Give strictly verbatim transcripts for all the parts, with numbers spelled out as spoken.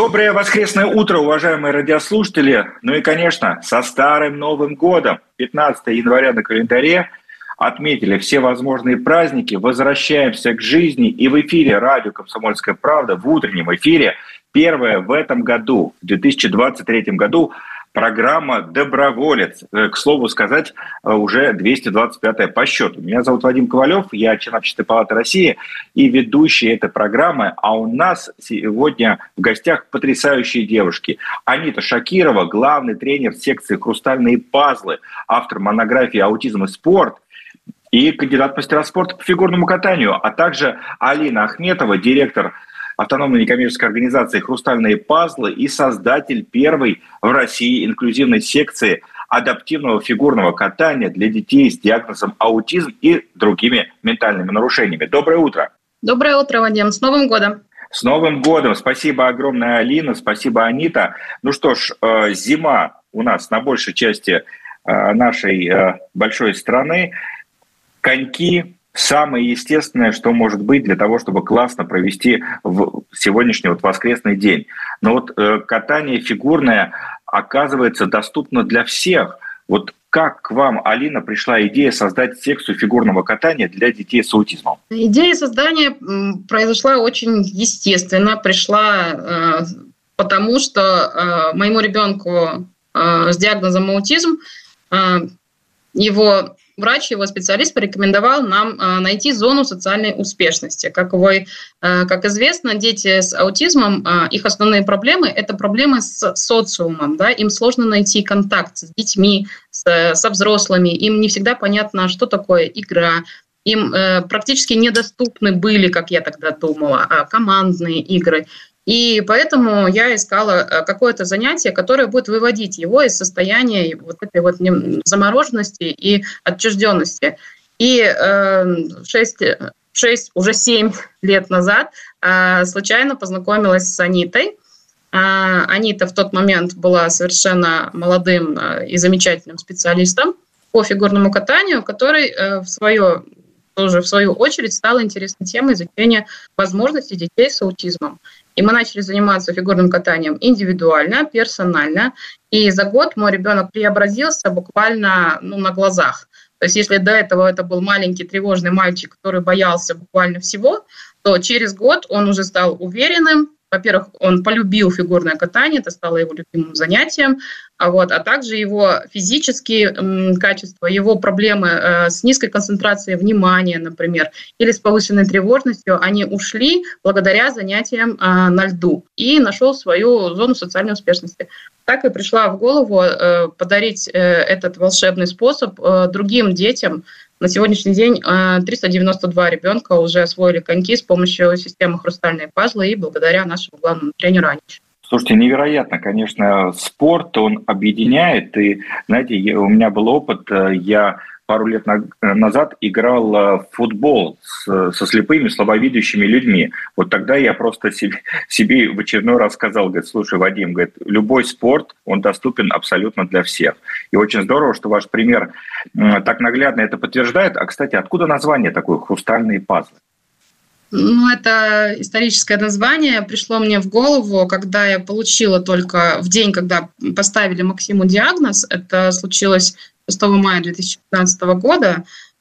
Доброе воскресное утро, уважаемые радиослушатели. Ну и, конечно, со старым Новым годом. пятнадцатое января на календаре. Отметили все возможные праздники. Возвращаемся к жизни. И в эфире радио «Комсомольская правда», в утреннем эфире, первая в этом году, в две тысячи двадцать третьем году, программа «Доброволец». К слову сказать, уже двести двадцать пятая по счету. Меня зовут Вадим Ковалев, я член Общественной палаты России и ведущий этой программы. А у нас сегодня в гостях потрясающие девушки. Анита Шакирова, главный тренер секции «Хрустальные пазлы», автор монографии «Аутизм и спорт», и кандидат в мастера спорта по фигурному катанию, а также Алина Ахметова, директор автономной некоммерческой организации «Хрустальные пазлы» и создатель первой в России инклюзивной секции адаптивного фигурного катания для детей с диагнозом аутизм и другими ментальными нарушениями. Доброе утро. Доброе утро, Вадим. С Новым годом. С Новым годом. Спасибо огромное, Алина. Спасибо, Анита. Ну что ж, зима у нас на большей части нашей большой страны. Коньки – самое естественное, что может быть для того, чтобы классно провести в сегодняшний вот воскресный день. Но вот э, катание фигурное, оказывается, доступно для всех. Вот как к вам, Алина, пришла идея создать секцию фигурного катания для детей с аутизмом? Идея создания произошла очень естественно. Пришла э, потому, что э, моему ребенку э, с диагнозом аутизм э, его... Врач, его специалист порекомендовал нам э, найти зону социальной успешности. Как, вы, э, как известно, дети с аутизмом, э, их основные проблемы – это проблемы с социумом. Да? Им сложно найти контакт с детьми, с, со взрослыми. Им не всегда понятно, что такое игра. Им э, практически недоступны были, как я тогда думала, э, командные игры. И поэтому я искала какое-то занятие, которое будет выводить его из состояния вот этой вот замороженности и отчужденности. И э, шесть, шесть, уже семь лет назад э, случайно познакомилась с Анитой. Э, Анита в тот момент была совершенно молодым э, и замечательным специалистом по фигурному катанию, который э, в свое, тоже в свою очередь стал интересной темой изучения возможностей детей с аутизмом. И мы начали заниматься фигурным катанием индивидуально, персонально. И за год мой ребенок преобразился буквально ну, на глазах. То есть если до этого это был маленький тревожный мальчик, который боялся буквально всего, то через год он уже стал уверенным. Во-первых, он полюбил фигурное катание, это стало его любимым занятием, а, вот, а также его физические м, качества, его проблемы э, с низкой концентрацией внимания, например, или с повышенной тревожностью, они ушли благодаря занятиям э, на льду и нашел свою зону социальной успешности. Так и пришла в голову э, подарить э, этот волшебный способ э, другим детям. На сегодняшний день триста девяносто два ребенка уже освоили коньки с помощью системы «Хрустальные пазлы» и благодаря нашему главному тренеру Ане. Слушайте, невероятно, конечно, спорт, он объединяет. И, знаете, у меня был опыт, я пару лет назад играл в футбол с, со слепыми, слабовидящими людьми. Вот тогда я просто себе, себе в очередной раз сказал, говорит, слушай, Вадим, говорит, любой спорт, он доступен абсолютно для всех. И очень здорово, что ваш пример так наглядно это подтверждает. А, кстати, откуда название такое «Хрустальные пазлы»? Ну, это историческое название пришло мне в голову, когда я получила только в день, когда поставили Максиму диагноз. Это случилось шестого мая две тысячи пятнадцатого года.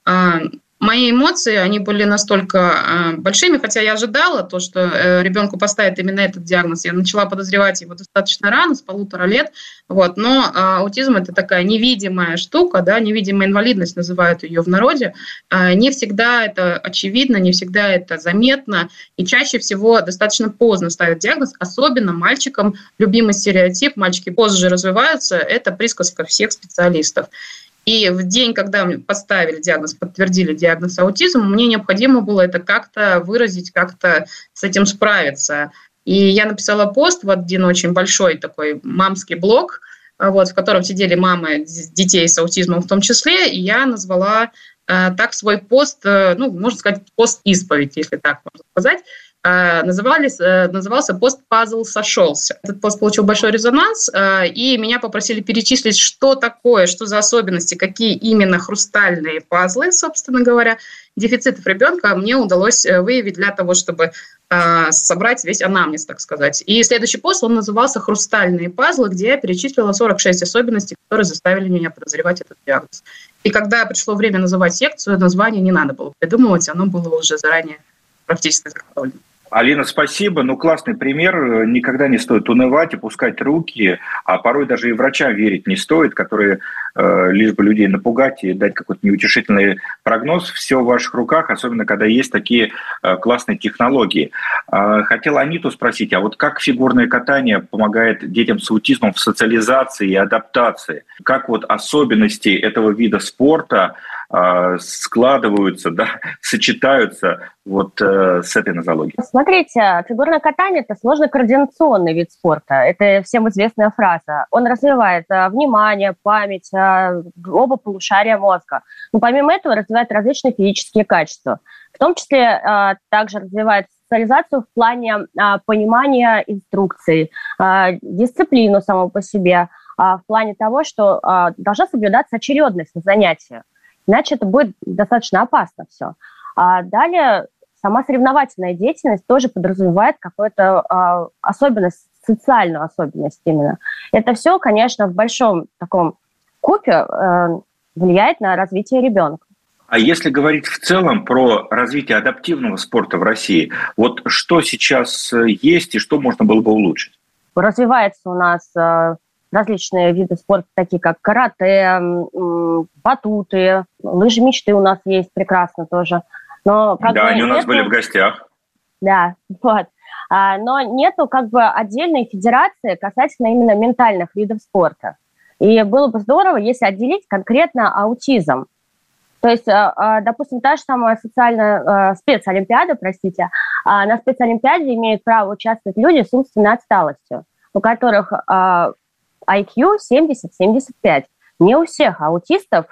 Мои эмоции, они были настолько большими, хотя я ожидала то, что ребенку поставят именно этот диагноз. Я начала подозревать его достаточно рано, с полутора лет. Вот. Но аутизм – это такая невидимая штука, да, невидимая инвалидность называют ее в народе. Не всегда это очевидно, не всегда это заметно. И чаще всего достаточно поздно ставят диагноз, особенно мальчикам. Любимый стереотип, мальчики позже развиваются, это присказка всех специалистов. И в день, когда мне поставили диагноз, подтвердили диагноз аутизм, мне необходимо было это как-то выразить, как-то с этим справиться. И я написала пост в один очень большой такой мамский блог, вот, в котором сидели мамы детей с аутизмом в том числе, и я назвала э, так свой пост, э, ну, можно сказать, пост-исповедь, если так можно сказать. назывались, назывался «Пост «Пазл сошелся». Этот пост получил большой резонанс, и меня попросили перечислить, что такое, что за особенности, какие именно хрустальные пазлы, собственно говоря, дефицитов ребенка мне удалось выявить для того, чтобы собрать весь анамнез, так сказать. И следующий пост, он назывался «Хрустальные пазлы», где я перечислила сорок шесть особенностей, которые заставили меня подозревать этот диагноз. И когда пришло время называть секцию, название не надо было придумывать, оно было уже заранее практически заготовлено. Алина, спасибо. Ну, классный пример. Никогда не стоит унывать, опускать руки, а порой даже и врачам верить не стоит, которые э, лишь бы людей напугать и дать какой-то неутешительный прогноз. Все в ваших руках, особенно когда есть такие э, классные технологии. Э, хотела Аниту спросить, а вот как фигурное катание помогает детям с аутизмом в социализации и адаптации? Как вот особенности этого вида спорта э, складываются, да, сочетаются вот э, с этой нозологией? Смотрите, фигурное катание – это сложный координационный вид спорта. Это всем известная фраза. Он развивает а, внимание, память, а, оба полушария мозга. Но помимо этого развивает различные физические качества. В том числе а, также развивает социализацию в плане а, понимания инструкций, а, дисциплину саму по себе, а, в плане того, что а, должна соблюдаться очередность на занятии. Иначе это будет достаточно опасно все. А далее сама соревновательная деятельность тоже подразумевает какую-то э, особенность, социальную особенность именно. Это все, конечно, в большом таком купе э, влияет на развитие ребенка. А если говорить в целом про развитие адаптивного спорта в России, вот что сейчас есть и что можно было бы улучшить? Развивается у нас э, различные виды спорта, такие как карате, э, батуты, лыжи мечты у нас есть прекрасно тоже. Но, как да, бы, они у нас нету... были в гостях. Да, вот. А, но нету как бы отдельной федерации касательно именно ментальных видов спорта. И было бы здорово, если отделить конкретно аутизм. То есть, допустим, та же самая социальная спецолимпиада, простите, на спецолимпиаде имеют право участвовать люди с умственной отсталостью, у которых ай кью семьдесят - семьдесят пять. Не у всех аутистов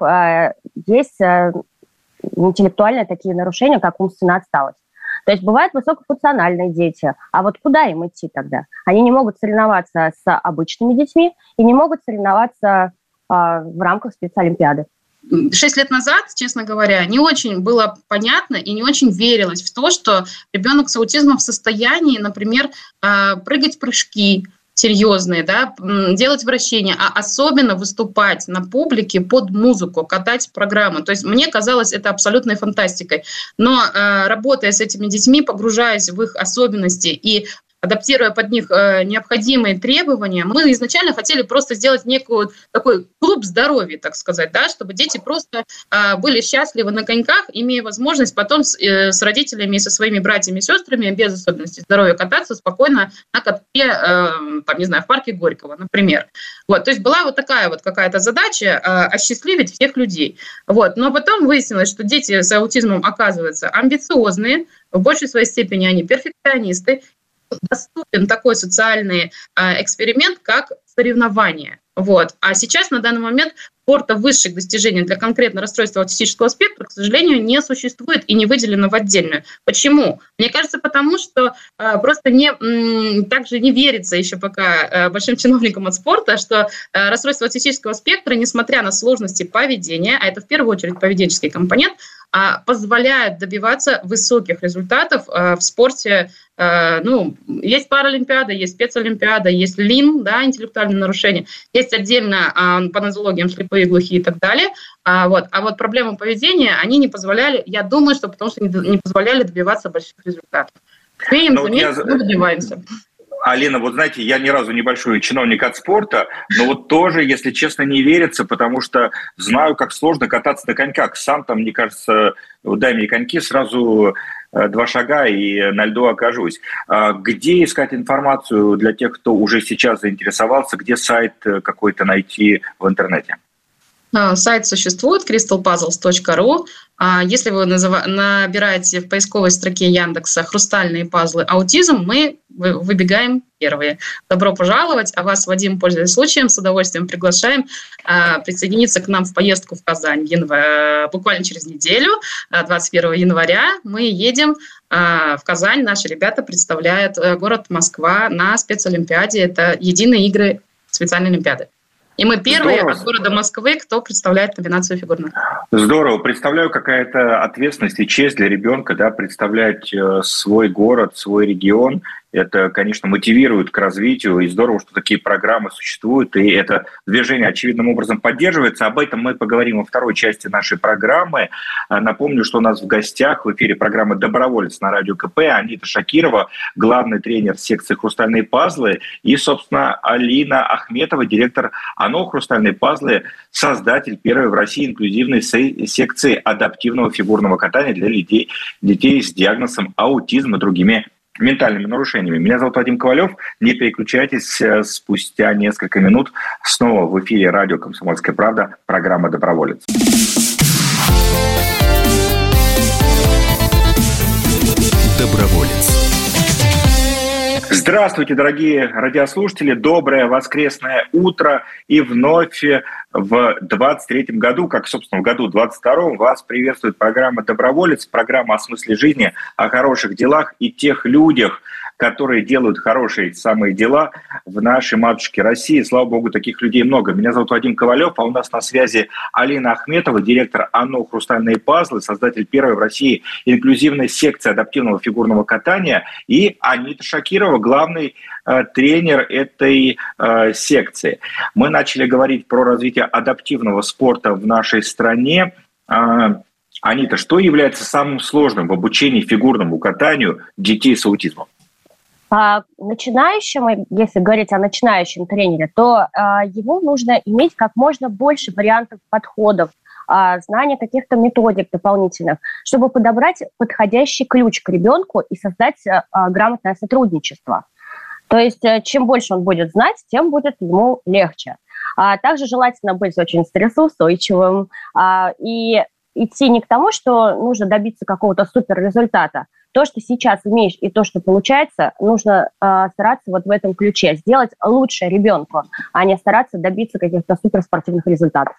есть интеллектуальные такие нарушения, как умственная отсталость. То есть бывают высокофункциональные дети. А вот куда им идти тогда? Они не могут соревноваться с обычными детьми и не могут соревноваться а, в рамках спецолимпиады. Шесть лет назад, честно говоря, не очень было понятно и не очень верилось в то, что ребенок с аутизмом в состоянии, например, прыгать в прыжки серьезные, да, делать вращения, а особенно выступать на публике под музыку, катать программы. То есть мне казалось это абсолютной фантастикой. Но работая с этими детьми, погружаясь в их особенности и адаптируя под них э, необходимые требования, мы изначально хотели просто сделать некую такой клуб здоровья, так сказать, да, чтобы дети просто э, были счастливы на коньках, имея возможность потом с, э, с родителями и со своими братьями и сестрами без особенностей здоровья кататься спокойно на катке, э, там, не знаю, в парке Горького, например. Вот, то есть была вот такая вот какая-то задача э, осчастливить всех людей. Вот, но потом выяснилось, что дети с аутизмом оказываются амбициозные, в большей своей степени они перфекционисты. Доступен такой социальный э, эксперимент, как соревнование. Вот. А сейчас, на данный момент, спорта высших достижений для конкретно расстройства аутистического спектра, к сожалению, не существует и не выделено в отдельную. Почему? Мне кажется, потому что э, просто не, м, также не верится еще пока э, большим чиновникам от спорта, что э, расстройство аутистического спектра, несмотря на сложности поведения, а это в первую очередь поведенческий компонент, э, позволяет добиваться высоких результатов э, в спорте. Э, ну, есть паралимпиада, есть спецолимпиада, есть ЛИН, да, интеллектуальное нарушение, есть отдельно э, по нозологиям слепые, глухие и так далее. А вот, а вот проблемы поведения, они не позволяли, я думаю, что потому что не, не позволяли добиваться больших результатов. Успеем заметить, мы добиваемся. Алина, вот знаете, я ни разу не большой чиновник от спорта, но вот тоже, если честно, не верится, потому что знаю, как сложно кататься на коньках. Сам там, мне кажется, дай мне коньки, сразу два шага и на льду окажусь. Где искать информацию для тех, кто уже сейчас заинтересовался, где сайт какой-то найти в интернете? Сайт существует, кристал пазлс точка ру. Если вы набираете в поисковой строке Яндекса «Хрустальные пазлы аутизм», мы выбегаем первые. Добро пожаловать, а вас, Вадим, пользуясь случаем, с удовольствием приглашаем присоединиться к нам в поездку в Казань буквально через неделю, двадцать первого января. Мы едем в Казань, наши ребята представляют город Москва на спецолимпиаде. Это единые игры специальной олимпиады. И мы первые Здорово. От города Москвы, кто представляет номинацию фигурных. Здорово. Представляю, какая-то ответственность и честь для ребенка, да, представлять свой город, свой регион. Это, конечно, мотивирует к развитию, и здорово, что такие программы существуют, и это движение очевидным образом поддерживается. Об этом мы поговорим во второй части нашей программы. Напомню, что у нас в гостях в эфире программы «Доброволец» на радио ка пэ Анита Шакирова, главный тренер секции «Хрустальные пазлы», и, собственно, Алина Ахметова, директор АНО «Хрустальные пазлы», создатель первой в России инклюзивной секции адаптивного фигурного катания для детей, детей с диагнозом аутизм и другими ментальными нарушениями. Меня зовут Вадим Ковалев. Не переключайтесь. Спустя несколько минут снова в эфире радио «Комсомольская правда» программа «Доброволец». Доброволец. Здравствуйте, дорогие радиослушатели. Доброе воскресное утро. И вновь в двадцать третьем году, как, собственно, в году двадцать втором, вас приветствует программа «Доброволец», программа о смысле жизни, о хороших делах и тех людях, которые делают хорошие самые дела в нашей матушке России. Слава богу, таких людей много. Меня зовут Вадим Ковалев, а у нас на связи Алина Ахметова, директор АНО «Хрустальные пазлы», создатель первой в России инклюзивной секции адаптивного фигурного катания, и Анита Шакирова, главный э, тренер этой э, секции. Мы начали говорить про развитие адаптивного спорта в нашей стране. Э, Анита, что является самым сложным в обучении фигурному катанию детей с аутизмом? А начинающему, если говорить о начинающем тренере, то а, ему нужно иметь как можно больше вариантов подходов, а, знания каких-то методик дополнительных, чтобы подобрать подходящий ключ к ребенку и создать а, грамотное сотрудничество. То есть чем больше он будет знать, тем будет ему легче. А также желательно быть очень стрессоустойчивым а, и идти не к тому, что нужно добиться какого-то суперрезультата. То, что сейчас умеешь, и то, что получается, нужно э, стараться вот в этом ключе. Сделать лучше ребенку, а не стараться добиться каких-то суперспортивных результатов.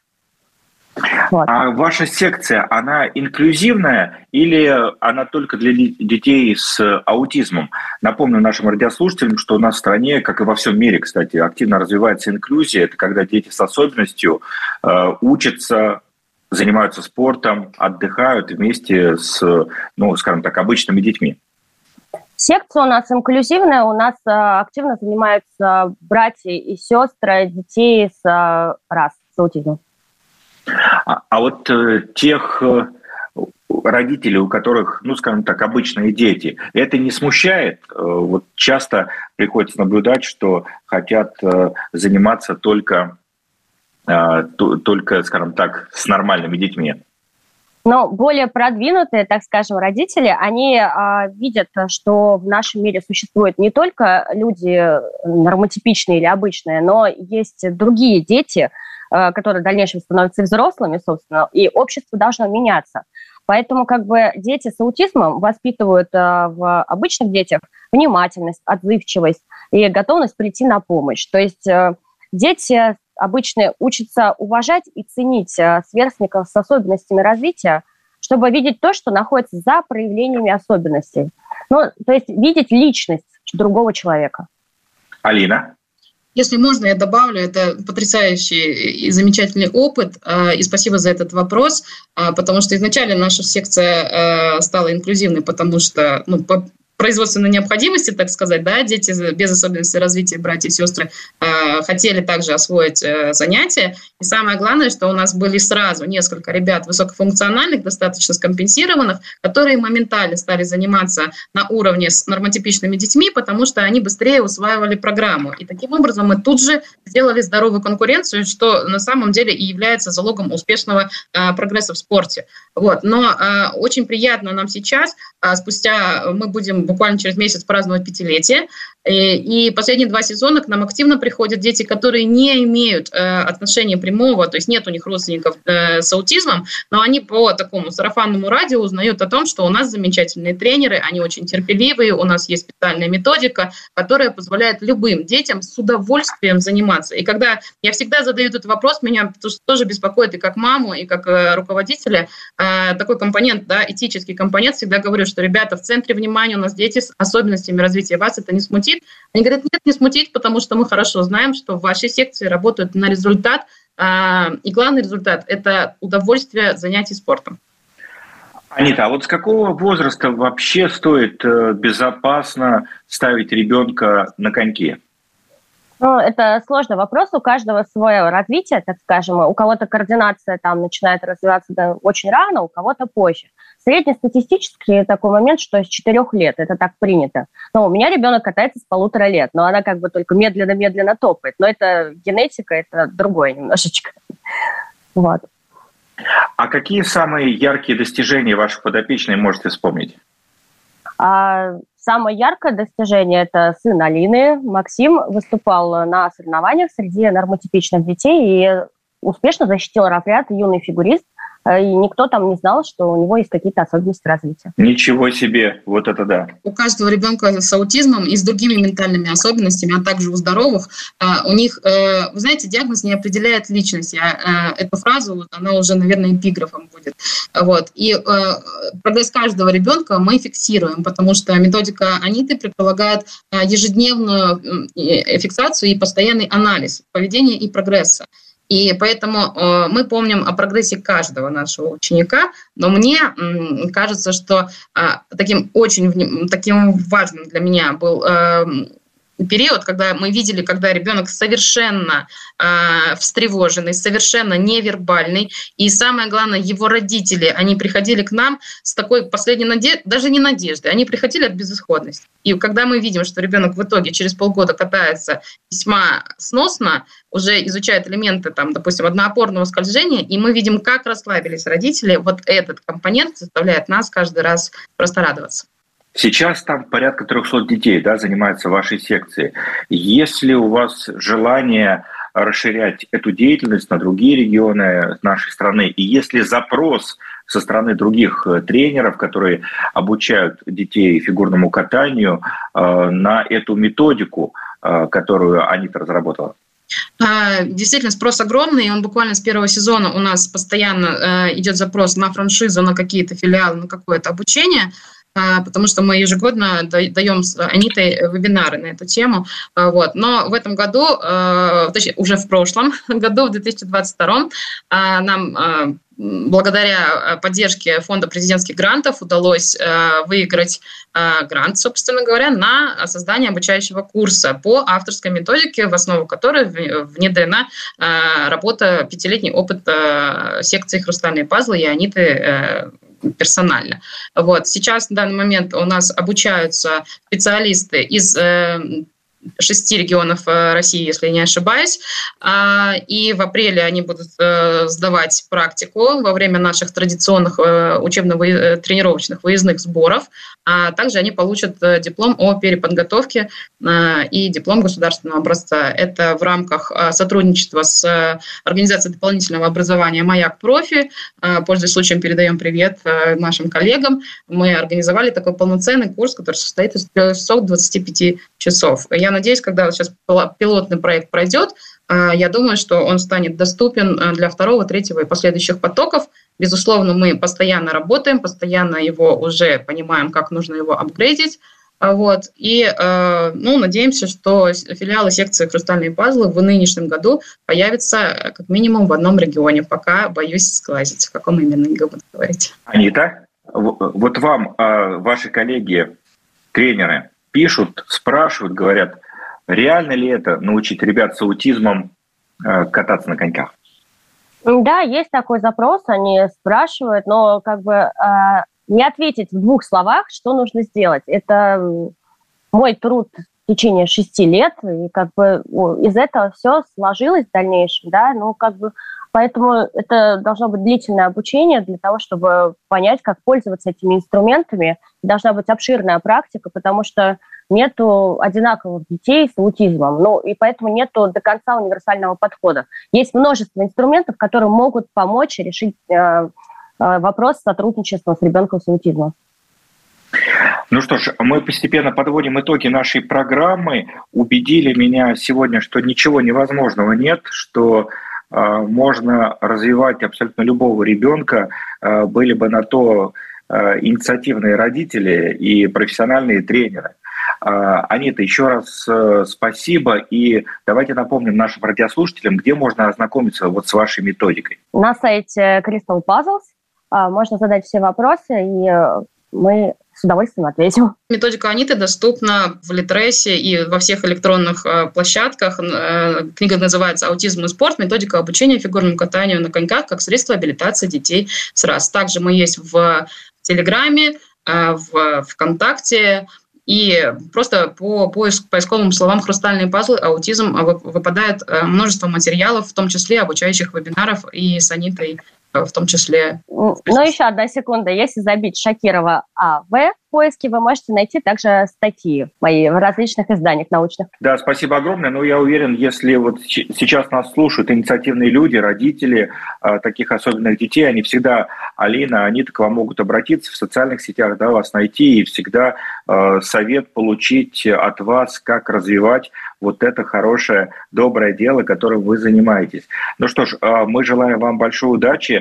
Вот. А ваша секция, она инклюзивная или она только для детей с аутизмом? Напомню нашим радиослушателям, что у нас в стране, как и во всем мире, кстати, активно развивается инклюзия. Это когда дети с особенностью э, учатся, занимаются спортом, отдыхают вместе с, ну, скажем так, обычными детьми. Секция у нас инклюзивная, у нас а, активно занимаются братья и сестры детей с а, рас, с аутизмом. А, а вот э, тех э, родителей, у которых, ну, скажем так, обычные дети, это не смущает? Э, вот часто приходится наблюдать, что хотят э, заниматься только... только, скажем так, с нормальными детьми. Но более продвинутые, так скажем, родители, они а, видят, что в нашем мире существуют не только люди нормотипичные или обычные, но есть другие дети, а, которые в дальнейшем становятся взрослыми, собственно, и общество должно меняться. Поэтому как бы дети с аутизмом воспитывают а, в обычных детях внимательность, отзывчивость и готовность прийти на помощь. То есть а, дети обычно учатся уважать и ценить сверстников с особенностями развития, чтобы видеть то, что находится за проявлениями особенностей. Ну, то есть видеть личность другого человека. Алина? Если можно, я добавлю, это потрясающий и замечательный опыт, и спасибо за этот вопрос, потому что изначально наша секция стала инклюзивной, потому что, ну, по производственной необходимости, так сказать, да, дети без особенностей развития, братья и сестры, э, хотели также освоить э, занятия. И самое главное, что у нас были сразу несколько ребят высокофункциональных, достаточно скомпенсированных, которые моментально стали заниматься на уровне с нормотипичными детьми, потому что они быстрее усваивали программу. И таким образом мы тут же сделали здоровую конкуренцию, что на самом деле и является залогом успешного э, прогресса в спорте. Вот. Но э, очень приятно нам сейчас, э, спустя мы будем буквально через месяц праздновать пятилетие. И, и последние два сезона к нам активно приходят дети, которые не имеют э, отношения прямого, то есть нет у них родственников э, с аутизмом, но они по такому сарафанному радио узнают о том, что у нас замечательные тренеры, они очень терпеливые, у нас есть специальная методика, которая позволяет любым детям с удовольствием заниматься. И когда я всегда задаю этот вопрос, меня тоже беспокоит и как маму, и как э, руководителя, э, такой компонент, да, этический компонент, всегда говорю, что ребята в центре внимания, у нас дети с особенностями развития, вас это не смутит? Они говорят, нет, не смутить, потому что мы хорошо знаем, что в вашей секции работают на результат, э, и главный результат – это удовольствие занятий спортом. Анита, а вот с какого возраста вообще стоит безопасно ставить ребенка на коньки? Ну, это сложный вопрос, у каждого свое развитие, так скажем. У кого-то координация там начинает развиваться да, очень рано, у кого-то позже. Среднестатистически такой момент, что с четырех лет, это так принято. Но у меня ребенок катается с полутора лет, но она как бы только медленно-медленно топает. Но это генетика, это другое немножечко. Вот. А какие самые яркие достижения вашей подопечной можете вспомнить? А самое яркое достижение – это сын Алины. Максим выступал на соревнованиях среди нормотипичных детей и успешно защитил разряд юный фигурист. И никто там не знал, что у него есть какие-то особенности развития. Ничего себе, вот это да. У каждого ребенка с аутизмом и с другими ментальными особенностями, а также у здоровых, у них, вы знаете, диагноз не определяет личность. Я, эту фразу, она уже, наверное, эпиграфом будет. Вот. И прогресс каждого ребенка мы фиксируем, потому что методика Аниты предполагает ежедневную фиксацию и постоянный анализ поведения и прогресса. И поэтому э, мы помним о прогрессе каждого нашего ученика, но мне м, кажется, что э, таким очень таким важным для меня был э, период, когда мы видели, когда ребенок совершенно э, встревоженный, совершенно невербальный, и самое главное, его родители, они приходили к нам с такой последней надеждой, даже не надеждой, они приходили от безысходности. И когда мы видим, что ребенок в итоге через полгода катается весьма сносно, уже изучает элементы, там, допустим, одноопорного скольжения, и мы видим, как расслабились родители, вот этот компонент заставляет нас каждый раз просто радоваться. Сейчас там порядка трехсот детей, да, занимаются в вашей секции. Есть ли у вас желание расширять эту деятельность на другие регионы нашей страны? И есть ли запрос со стороны других тренеров, которые обучают детей фигурному катанию, на эту методику, которую Анита разработала? Действительно, спрос огромный, и он буквально с первого сезона у нас постоянно идет запрос на франшизу, на какие-то филиалы, на какое-то обучение, потому что мы ежегодно даем с Анитой вебинары на эту тему. Вот. Но в этом году, точнее, уже в прошлом году, в две тысячи двадцать втором, нам благодаря поддержке фонда президентских грантов удалось выиграть грант, собственно говоря, на создание обучающего курса по авторской методике, в основу которой внедрена работа, пятилетний опыт секции «Хрустальные пазлы» и Аниты персонально. Вот. Сейчас, в данный момент, у нас обучаются специалисты из шести регионов России, если я не ошибаюсь. И в апреле они будут сдавать практику во время наших традиционных учебно-тренировочных выездных сборов. А также они получат диплом о переподготовке и диплом государственного образца. Это в рамках сотрудничества с Организацией дополнительного образования «Маяк Профи». Пользуясь случаем, передаем привет нашим коллегам. Мы организовали такой полноценный курс, который состоит из трёхсот двадцати пяти часов. Я надеюсь, когда сейчас пилотный проект пройдет, я думаю, что он станет доступен для второго, третьего и последующих потоков. Безусловно, мы постоянно работаем, постоянно его уже понимаем, как нужно его апгрейдить. Вот. И ну, надеемся, что филиалы секции «Хрустальные пазлы» в нынешнем году появятся как минимум в одном регионе. Пока боюсь сглазить, в каком именно, не буду говорить. Анита, вот вам ваши коллеги, тренеры, пишут, спрашивают, говорят, реально ли это научить ребят с аутизмом кататься на коньках? Да, есть такой запрос, они спрашивают, но как бы э, не ответить в двух словах, что нужно сделать. Это мой труд в течение шести лет, и как бы из этого все сложилось в дальнейшем, да, ну как бы поэтому это должно быть длительное обучение для того, чтобы понять, как пользоваться этими инструментами. Должна быть обширная практика, потому что нету одинаковых детей с аутизмом. Ну, и поэтому нету до конца универсального подхода. Есть множество инструментов, которые могут помочь решить э, э, вопрос сотрудничества с ребенком с аутизмом. Ну что ж, мы постепенно подводим итоги нашей программы. Убедили меня сегодня, что ничего невозможного нет, что э, можно развивать абсолютно любого ребенка, э, были бы на то э, инициативные родители и профессиональные тренеры. Э, Анита, еще раз э, спасибо, и давайте напомним нашим радиослушателям, где можно ознакомиться вот с вашей методикой. На сайте Crystal Puzzles э, можно задать все вопросы, и э, мы с удовольствием ответим. Методика Аниты доступна в Литресе и во всех электронных э, площадках. Э, книга называется «Аутизм и спорт. Методика обучения фигурному катанию на коньках как средство абилитации детей с РАС». Также мы есть в Телеграме, э, в ВКонтакте. И просто по поиск, поисковым словам «хрустальные пазлы» аутизм выпадает множество материалов, в том числе обучающих вебинаров, и с Анитой в том числе. Ну, еще одна секунда. Если забить Шакирова А В в поиске, вы можете найти также статьи мои в различных изданиях научных. Да, спасибо огромное. Но я уверен, если вот сейчас нас слушают инициативные люди, родители э, таких особенных детей, они всегда, Алина, Анита, к вам могут обратиться в социальных сетях, да, вас найти и всегда э, совет получить от вас, как развивать вот это хорошее, доброе дело, которым вы занимаетесь. Ну что ж, э, мы желаем вам большой удачи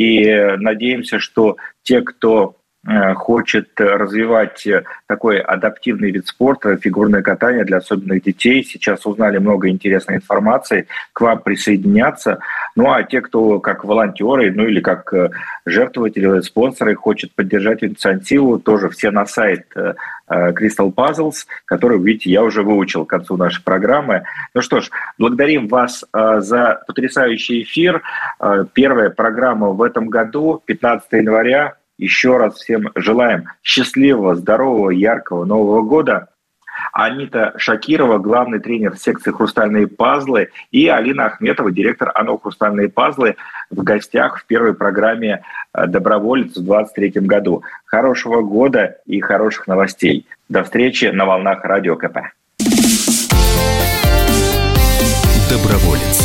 и надеемся, что те, кто хочет развивать такой адаптивный вид спорта, фигурное катание для особенных детей. Сейчас узнали много интересной информации, к вам присоединятся. Ну а те, кто как волонтеры, ну или как жертвователи, спонсоры, хочет поддержать инициативу, тоже все на сайт Crystal Puzzles, который, видите, я уже выучил к концу нашей программы. Ну что ж, благодарим вас за потрясающий эфир. Первая программа в этом году, пятнадцатого января. Еще раз всем желаем счастливого, здорового, яркого Нового года. Анита Шакирова, главный тренер секции «Хрустальные пазлы», и Алина Ахметова, директор АНО «Хрустальные пазлы», в гостях в первой программе «Доброволец» в двадцать третьем году. Хорошего года и хороших новостей. До встречи на волнах Радио КП. Доброволец.